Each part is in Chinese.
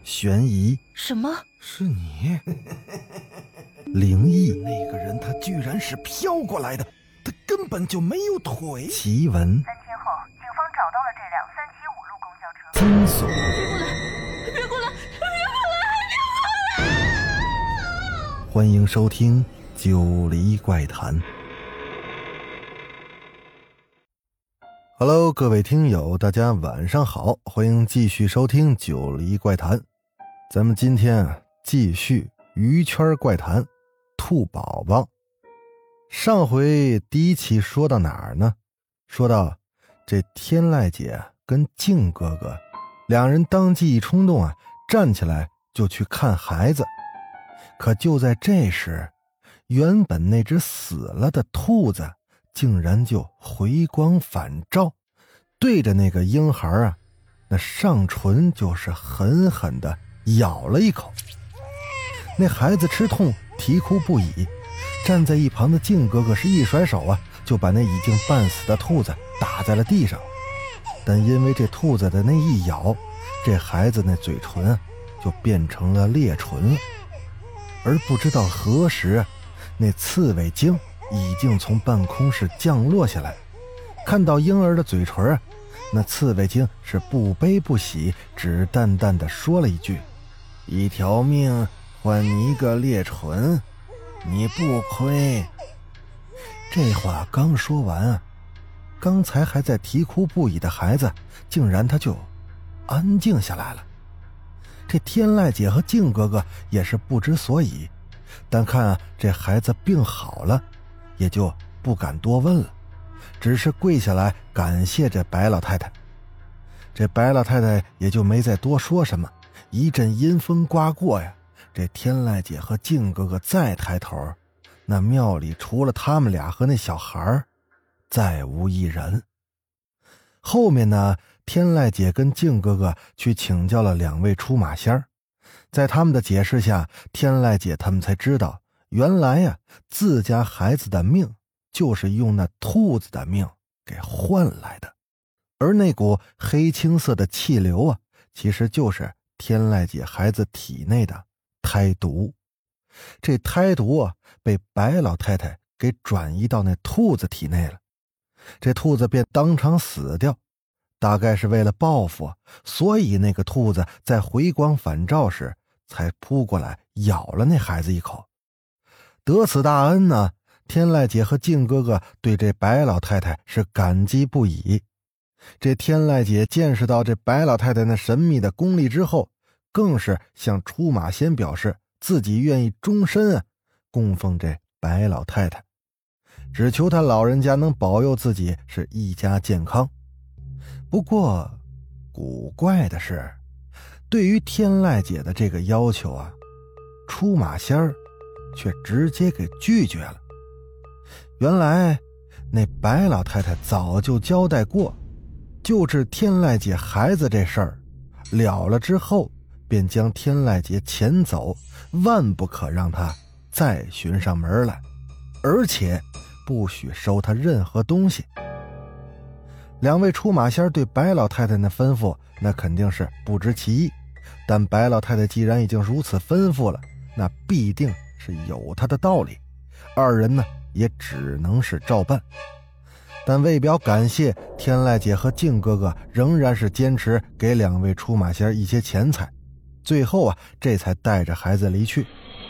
悬疑， 什么？ 是你？ 灵异， 那个人他居然是飘过来的，他根本就没有腿。 奇闻，3 天后，警方找到了这辆375路公交车。 惊悚， 别过来！别过来！ 欢迎收听九黎怪谈。Hello， 各位听友，大家晚上好，欢迎继续收听九黎怪谈。咱们今天继续鱼圈怪谈，兔宝宝。上回第一期说到哪儿呢？说到这天籁姐跟静哥哥两人当即一冲动站起来就去看孩子。可就在这时，原本那只死了的兔子竟然就回光返照，对着那个婴孩那上唇就是狠狠地咬了一口。那孩子吃痛啼哭不已，站在一旁的静哥哥是一甩手就把那已经半死的兔子打在了地上。但因为这兔子的那一咬，这孩子那嘴唇就变成了裂唇了。而不知道何时，那刺猬精已经从半空室降落下来，看到婴儿的嘴唇，那刺猬精是不悲不喜，只淡淡的说了一句：一条命换你一个裂唇，你不亏。这话刚说完刚才还在啼哭不已的孩子竟然他就安静下来了。这天籁姐和静哥哥也是不知所以，但看这孩子病好了，也就不敢多问了，只是跪下来感谢这白老太太。这白老太太也就没再多说什么。一阵阴风刮过这天籁姐和静哥哥再抬头，那庙里除了他们俩和那小孩再无一人。后面呢，天籁姐跟静哥哥去请教了两位出马仙儿，在他们的解释下，天籁姐他们才知道，原来自家孩子的命就是用那兔子的命给换来的。而那股黑青色的气流其实就是天籁姐孩子体内的胎毒。这胎毒被白老太太给转移到那兔子体内了，这兔子便当场死掉。大概是为了报复，所以那个兔子在回光返照时才扑过来咬了那孩子一口。得此大恩呢，天籁姐和静哥哥对这白老太太是感激不已。这天籁姐见识到这白老太太那神秘的功力之后，更是向出马仙表示自己愿意终身供奉这白老太太，只求她老人家能保佑自己是一家健康。不过古怪的是，对于天籁姐的这个要求出马仙儿却直接给拒绝了。原来那白老太太早就交代过，救治天籁姐孩子这事儿了了之后，便将天籁姐遣走，万不可让她再寻上门来，而且不许收她任何东西。两位出马仙对白老太太那吩咐那肯定是不知其意，但白老太太既然已经如此吩咐了，那必定是有她的道理，二人呢也只能是照办。但为表感谢，天籁姐和静哥哥仍然是坚持给两位出马仙一些钱财，最后这才带着孩子离去。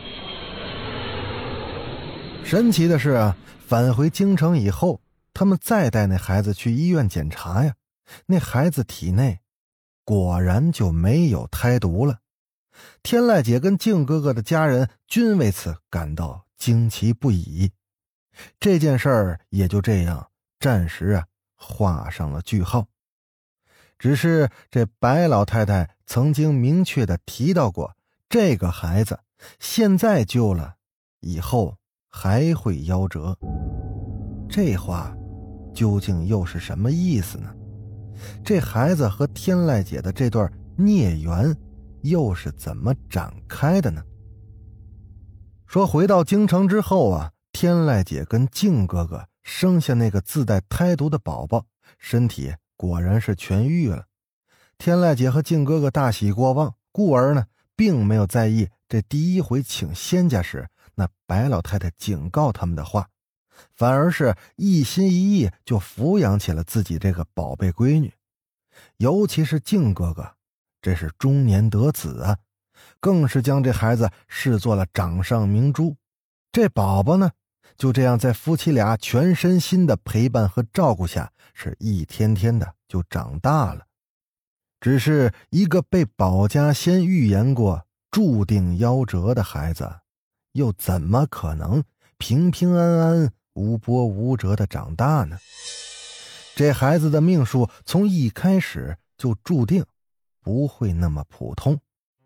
神奇的是返回京城以后，他们再带那孩子去医院检查那孩子体内果然就没有胎毒了。天籁姐跟静哥哥的家人均为此感到惊奇不已。这件事儿也就这样暂时画上了句号。只是这白老太太曾经明确地提到过，这个孩子现在救了，以后还会夭折。这话究竟又是什么意思呢？这孩子和天籁姐的这段孽缘又是怎么展开的呢？说回到京城之后天籁姐跟静哥哥生下那个自带胎毒的宝宝，身体果然是痊愈了。天籁姐和静哥哥大喜过望， 故而呢，并没有在意这第一回请仙家时那白老太太警告他们的话，反而是一心一意就抚养起了自己这个宝贝闺女。尤其是靖哥哥，这是中年得子啊，更是将这孩子视作了掌上明珠。这宝宝呢，就这样在夫妻俩全身心的陪伴和照顾下，是一天天的就长大了。只是一个被保家仙预言过注定夭折的孩子，又怎么可能平平安安无波无折的长大呢？这孩子的命数从一开始就注定不会那么普通。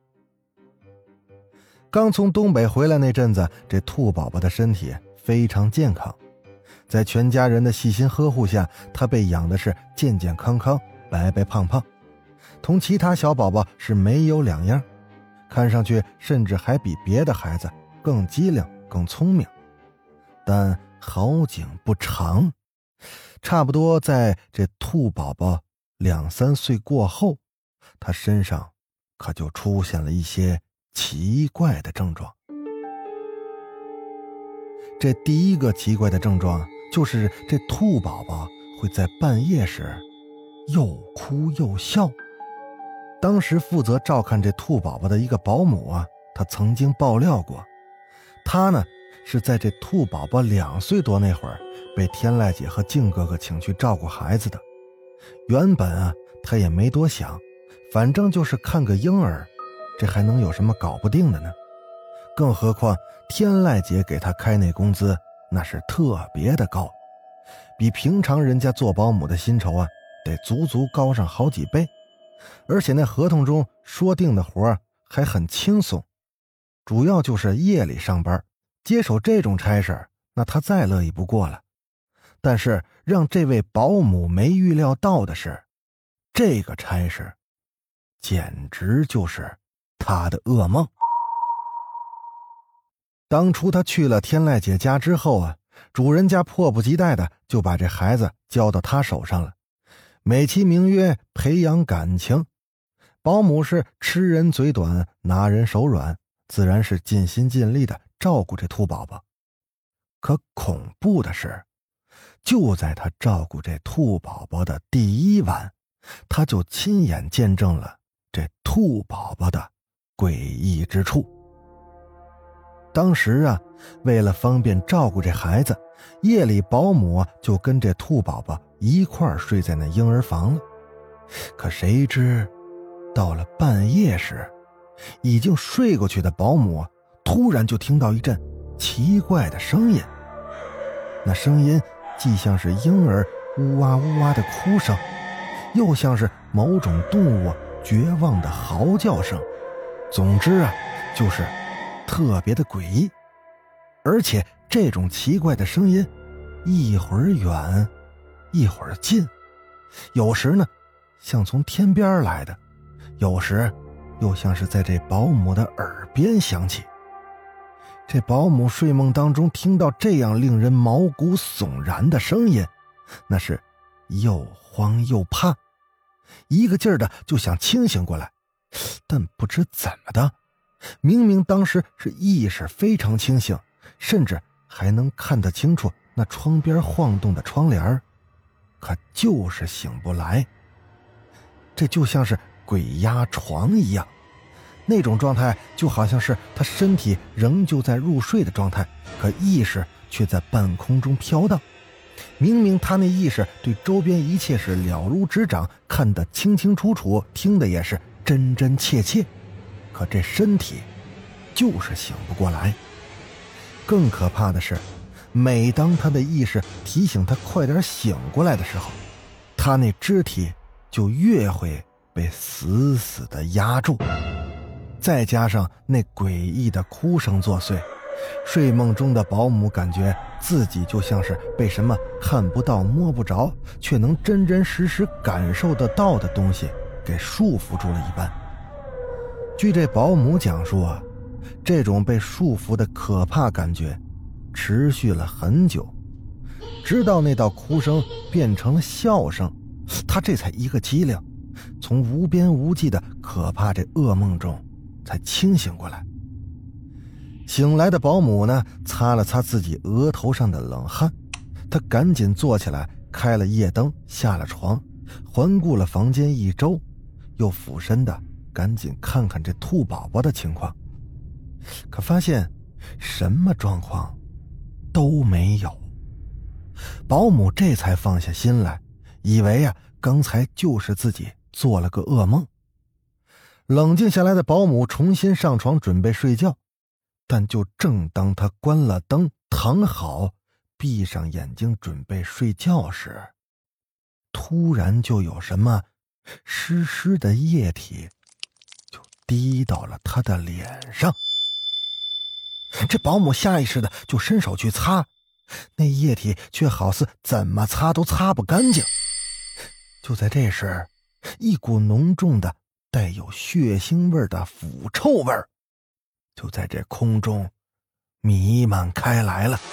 刚从东北回来那阵子，这兔宝宝的身体非常健康，在全家人的细心呵护下，他被养的是健健康康、白白胖胖，同其他小宝宝是没有两样，看上去甚至还比别的孩子更机灵、更聪明。但好景不长，差不多在这兔宝宝2、3岁过后，他身上可就出现了一些奇怪的症状。这第一个奇怪的症状就是这兔宝宝会在半夜时又哭又笑。当时负责照看这兔宝宝的一个保姆啊，他曾经爆料过，他呢是在这兔宝宝2岁多那会儿被天籁姐和靖哥哥请去照顾孩子的。原本啊他也没多想，反正就是看个婴儿，这还能有什么搞不定的呢？更何况天籁姐给他开那工资那是特别的高，比平常人家做保姆的薪酬啊得足足高上好几倍，而且那合同中说定的活还很轻松，主要就是夜里上班，接手这种差事那他再乐意不过了。但是让这位保姆没预料到的是，这个差事简直就是他的噩梦。当初他去了天籁姐家之后啊，主人家迫不及待的就把这孩子交到他手上了，美其名曰培养感情。保姆是吃人嘴短，拿人手软，自然是尽心尽力的照顾这兔宝宝。可恐怖的是，就在他照顾这兔宝宝的第1晚，他就亲眼见证了这兔宝宝的诡异之处。当时啊，为了方便照顾这孩子，夜里保姆就跟这兔宝宝一块儿睡在那婴儿房了。可谁知到了半夜时，已经睡过去的保姆突然就听到一阵奇怪的声音。那声音既像是婴儿呜哇呜哇的哭声，又像是某种动物绝望的嚎叫声。总之啊，就是特别的诡异。而且这种奇怪的声音一会儿远一会儿近，有时呢像从天边来的，有时又像是在这保姆的耳边响起。这保姆睡梦当中听到这样令人毛骨悚然的声音，那是又慌又怕，一个劲儿的就想清醒过来，但不知怎么的，明明当时是意识非常清醒，甚至还能看得清楚那窗边晃动的窗帘，可就是醒不来。这就像是鬼压床一样，那种状态就好像是他身体仍旧在入睡的状态，可意识却在半空中飘荡。明明他那意识对周边一切是了如指掌，看得清清楚楚，听得也是真真切切，可这身体就是醒不过来。更可怕的是，每当他的意识提醒他快点醒过来的时候，他那肢体就越会被死死地压住。再加上那诡异的哭声作祟，睡梦中的保姆感觉自己就像是被什么看不到摸不着却能真真实实感受得到的东西给束缚住了一般。据这保姆讲述啊，这种被束缚的可怕感觉持续了很久，直到那道哭声变成了笑声，他这才一个机灵， 从无边无际的可怕这噩梦中才清醒过来。醒来的保姆呢，擦了擦自己额头上的冷汗，他赶紧坐起来，开了夜灯，下了床，环顾了房间一周，又俯身的赶紧看看这兔宝宝的情况，可发现什么状况都没有。保姆这才放下心来，以为刚才就是自己做了个噩梦。冷静下来的保姆重新上床准备睡觉，但就正当他关了灯，躺好，闭上眼睛准备睡觉时，突然就有什么湿湿的液体就滴到了他的脸上。这保姆下意识的就伸手去擦，那液体却好似怎么擦都擦不干净。就在这时，一股浓重的带有血腥味的腐臭味就在这空中弥漫开来了。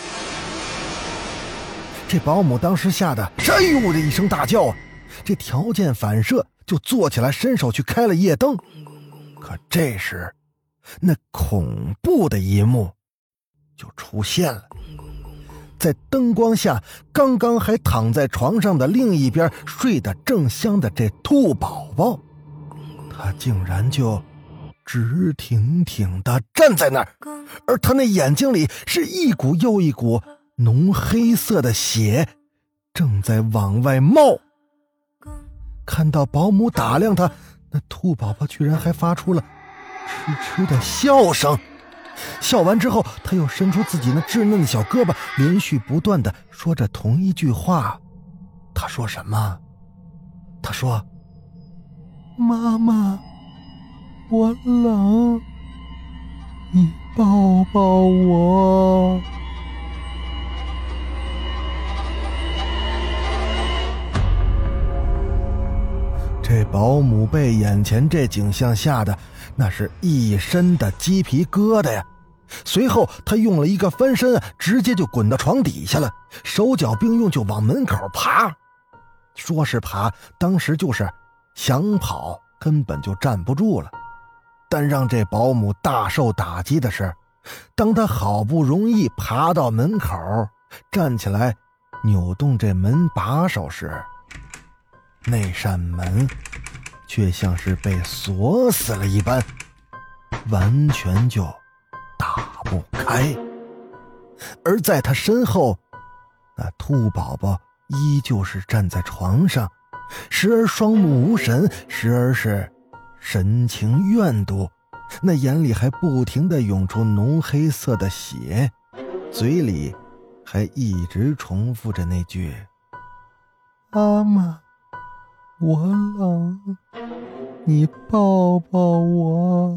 这保姆当时吓得哎呦的一声大叫啊，这条件反射就坐起来伸手去开了夜灯。可这时那恐怖的一幕就出现了。在灯光下，刚刚还躺在床上的另一边睡得正香的这兔宝宝，他竟然就直挺挺地站在那儿，而他那眼睛里是一股又一股浓黑色的血正在往外冒。看到保姆打量他，那兔宝宝居然还发出了痴痴的笑声。笑完之后，他又伸出自己那稚嫩的小胳膊，连续不断地说着同一句话。他说什么？他说：妈妈，我冷，你抱抱我。这保姆被眼前这景象吓得那是一身的鸡皮疙瘩呀。随后他用了一个翻身，直接就滚到床底下了，手脚并用就往门口爬。说是爬，当时就是想跑根本就站不住了。但让这保姆大受打击的是，当他好不容易爬到门口，站起来扭动这门把手时，那扇门却像是被锁死了一般，完全就打不开。而在他身后，那兔宝宝依旧是站在床上，时而双目无神，时而是神情怨毒，那眼里还不停地涌出浓黑色的血，嘴里还一直重复着那句：妈妈，我冷，你抱抱我。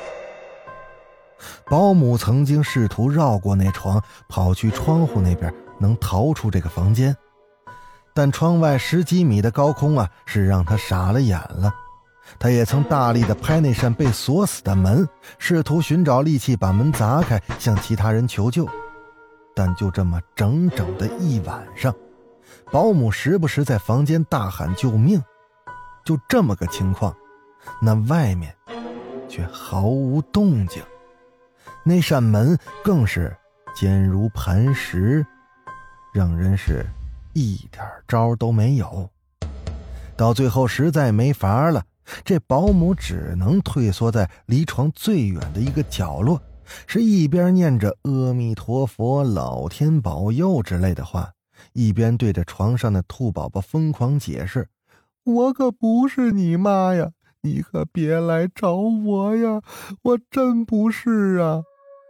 保姆曾经试图绕过那床，跑去窗户那边，能逃出这个房间，但窗外10几米的高空是让他傻了眼了。他也曾大力地拍那扇被锁死的门，试图寻找力气把门砸开，向其他人求救。但就这么整整的一晚上，保姆时不时在房间大喊救命。就这么个情况，那外面却毫无动静，那扇门更是坚如磐石，让人是一点招都没有。到最后实在没法了，这保姆只能退缩在离床最远的一个角落，是一边念着阿弥陀佛、老天保佑之类的话，一边对着床上的兔宝宝疯狂解释：我可不是你妈呀，你可别来找我呀，我真不是啊。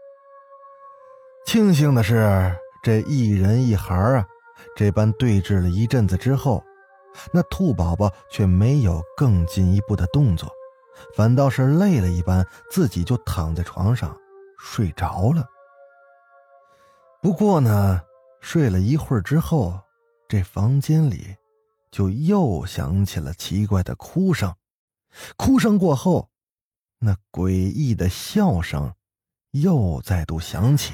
庆幸的是，这一人一孩这般对峙了一阵子之后，那兔宝宝却没有更进一步的动作，反倒是累了一般，自己就躺在床上睡着了。不过呢，睡了一会儿之后，这房间里就又响起了奇怪的哭声。哭声过后，那诡异的笑声又再度响起。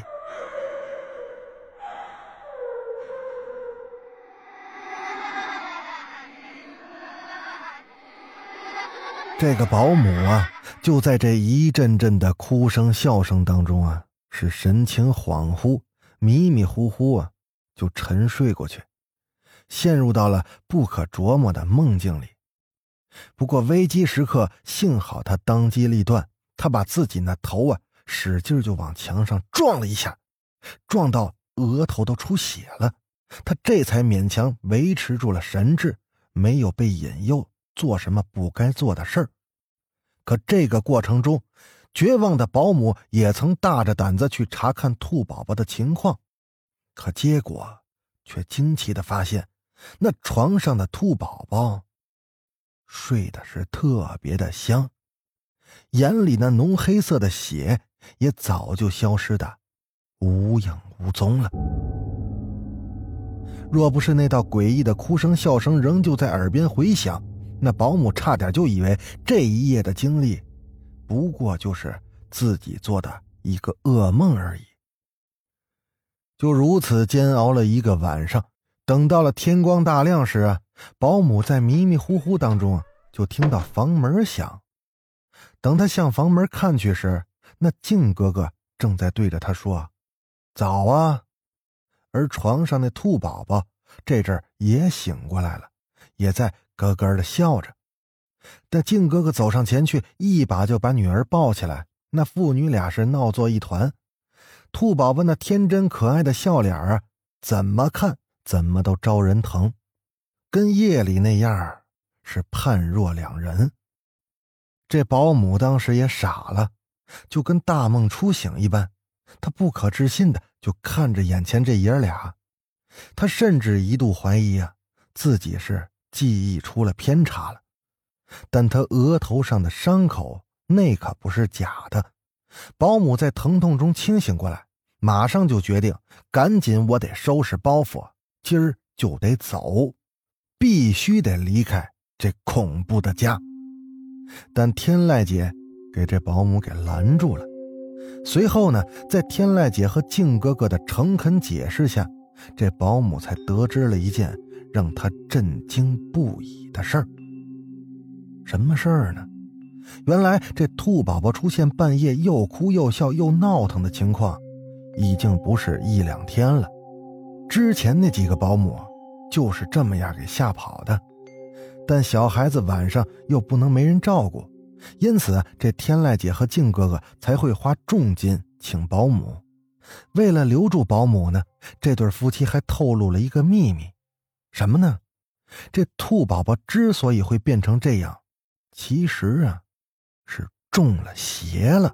这个保姆啊，就在这一阵阵的哭声笑声当中啊，是神情恍惚，迷迷糊糊啊，就沉睡过去，陷入到了不可琢磨的梦境里。不过危机时刻，幸好他当机立断，他把自己那头啊使劲就往墙上撞了一下，撞到额头都出血了，他这才勉强维持住了神智，没有被引诱做什么不该做的事儿。可这个过程中，绝望的保姆也曾大着胆子去查看兔宝宝的情况，可结果却惊奇地发现，那床上的兔宝宝睡的是特别的香，眼里那浓黑色的血也早就消失的无影无踪了。若不是那道诡异的哭声笑声仍旧在耳边回响，那保姆差点就以为这一夜的经历不过就是自己做的一个噩梦而已。就如此煎熬了一个晚上，等到了天光大亮时啊，保姆在迷迷糊糊当中就听到房门响。等他向房门看去时，那静哥哥正在对着他说：“早啊。”而床上那兔宝宝这阵儿也醒过来了，也在咯咯的笑着。但静哥哥走上前去，一把就把女儿抱起来，那父女俩是闹作一团。兔宝宝那天真可爱的笑脸啊，怎么看怎么都招人疼，跟夜里那样是判若两人。这保姆当时也傻了，就跟大梦初醒一般，他不可置信的就看着眼前这爷俩，他甚至一度怀疑啊，自己是记忆出了偏差了。但他额头上的伤口那可不是假的。保姆在疼痛中清醒过来，马上就决定赶紧我得收拾包袱，今儿就得走，必须得离开这恐怖的家。但天籁姐给这保姆给拦住了。随后呢，在天籁姐和静哥哥的诚恳解释下，这保姆才得知了一件让他震惊不已的事儿。什么事儿呢？原来这兔宝宝出现半夜又哭又笑又闹腾的情况已经不是一两天了，之前那几个保姆就是这么样给吓跑的。但小孩子晚上又不能没人照顾，因此这天籁姐和静哥哥才会花重金请保姆。为了留住保姆呢，这对夫妻还透露了一个秘密。什么呢？这兔宝宝之所以会变成这样，其实啊是中了邪了。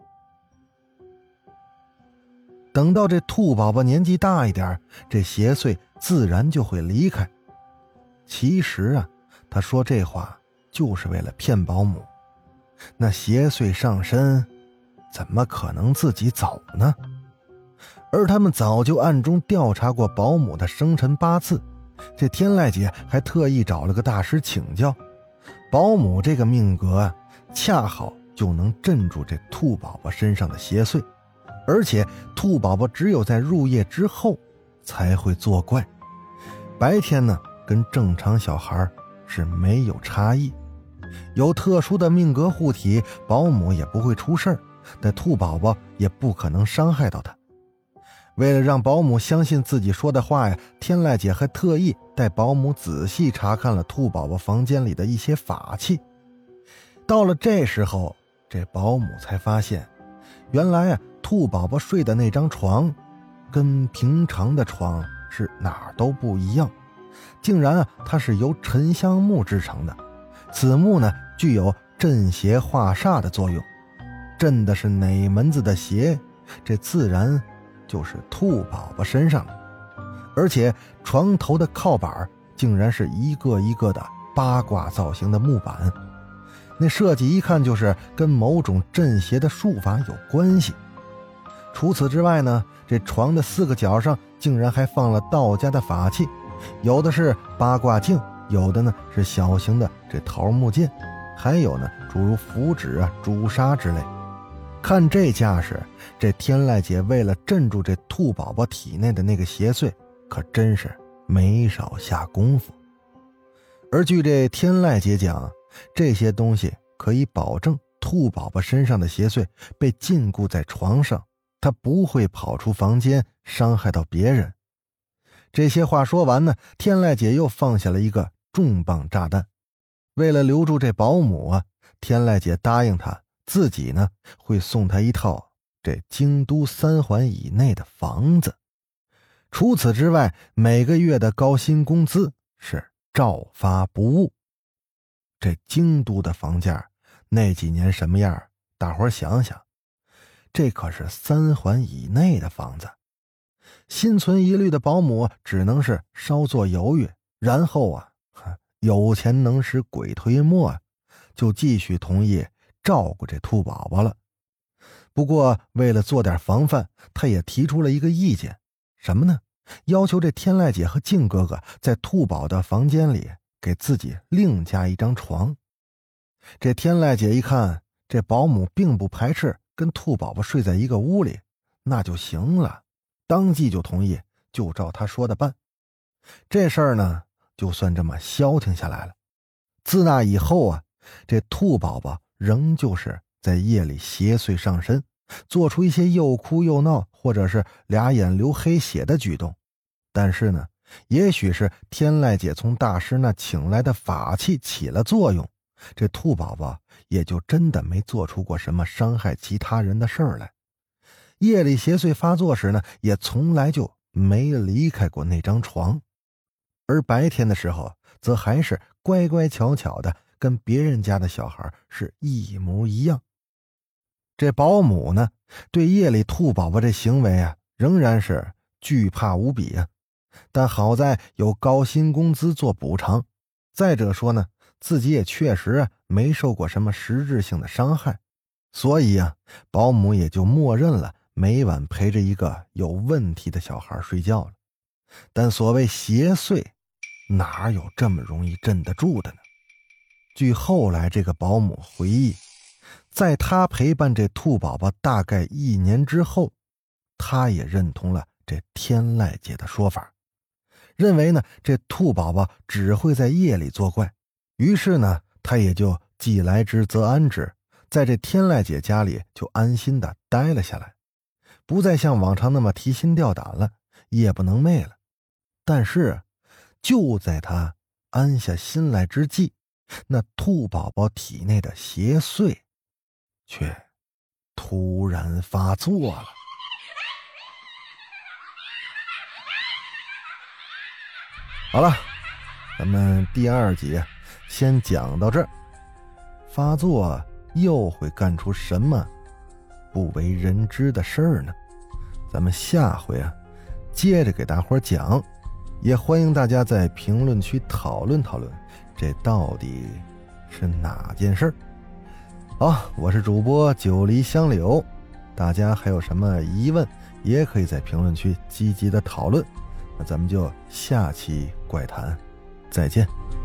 等到这兔宝宝年纪大一点，这邪祟自然就会离开。其实啊，他说这话就是为了骗保姆。那邪祟上身，怎么可能自己走呢？而他们早就暗中调查过保姆的生辰八字，这天籁姐还特意找了个大师请教。保姆这个命格啊，恰好就能镇住这兔宝宝身上的邪祟，而且兔宝宝只有在入夜之后才会作怪，白天呢跟正常小孩是没有差异。有特殊的命格护体，保姆也不会出事儿，但兔宝宝也不可能伤害到他。为了让保姆相信自己说的话呀，天籁姐还特意带保姆仔细查看了兔宝宝房间里的一些法器。到了这时候，这保姆才发现，原来啊，兔宝宝睡的那张床跟平常的床是哪儿都不一样，竟然啊，它是由沉香木制成的。此木呢，具有镇邪化煞的作用，镇的是哪门子的邪，这自然就是兔宝宝身上了。而且床头的靠板竟然是一个一个的八卦造型的木板，那设计一看就是跟某种镇邪的术法有关系。除此之外呢，这床的四个角上竟然还放了道家的法器，有的是八卦镜，有的呢是小型的这桃木剑，还有呢诸如符纸啊、朱砂之类。看这架势，这天籁姐为了镇住这兔宝宝体内的那个邪祟，可真是没少下功夫。而据这天籁姐讲，这些东西可以保证兔宝宝身上的邪祟被禁锢在床上，他不会跑出房间伤害到别人。这些话说完呢，天籁姐又放下了一个重磅炸弹。为了留住这保姆啊，天籁姐答应他，自己呢会送他一套这京都3环以内的房子。除此之外，每个月的高薪工资是照发不误。这京都的房价那几年什么样，大伙想想，这可是3环以内的房子。心存疑虑的保姆只能是稍作犹豫，然后啊，有钱能使鬼推磨啊，就继续同意照顾这兔宝宝了。不过为了做点防范，他也提出了一个意见，什么呢？要求这天籁姐和静哥哥在兔宝的房间里给自己另加一张床。这天籁姐一看这保姆并不排斥跟兔宝宝睡在一个屋里，那就行了，当即就同意，就照他说的办。这事儿呢就算这么消停下来了。自那以后啊，这兔宝宝仍旧是在夜里邪祟上身，做出一些又哭又闹或者是俩眼流黑血的举动。但是呢，也许是天籁姐从大师那请来的法器起了作用，这兔宝宝也就真的没做出过什么伤害其他人的事儿来。夜里邪祟发作时呢，也从来就没离开过那张床。而白天的时候则还是乖乖巧巧的，跟别人家的小孩是一模一样。这保姆呢，对夜里兔宝宝这行为啊，仍然是惧怕无比啊。但好在有高薪工资做补偿，再者说呢，自己也确实没受过什么实质性的伤害，所以啊，保姆也就默认了每晚陪着一个有问题的小孩睡觉了。但所谓邪祟，哪有这么容易镇得住的呢？据后来这个保姆回忆，在他陪伴这兔宝宝大概1年之后，他也认同了这天籁姐的说法，认为呢这兔宝宝只会在夜里作怪。于是呢，他也就既来之则安之，在这天籁姐家里就安心的待了下来，不再像往常那么提心吊胆了，夜不能寐了。但是就在他安下心来之际，那兔宝宝体内的邪祟却突然发作了。好了，咱们第2集先讲到这儿。发作又会干出什么不为人知的事儿呢？咱们下回接着给大伙讲，也欢迎大家在评论区讨论讨论，这到底是哪件事儿。好，我是主播九黎香柳，大家还有什么疑问也可以在评论区积极的讨论。那咱们就下期怪谈再见。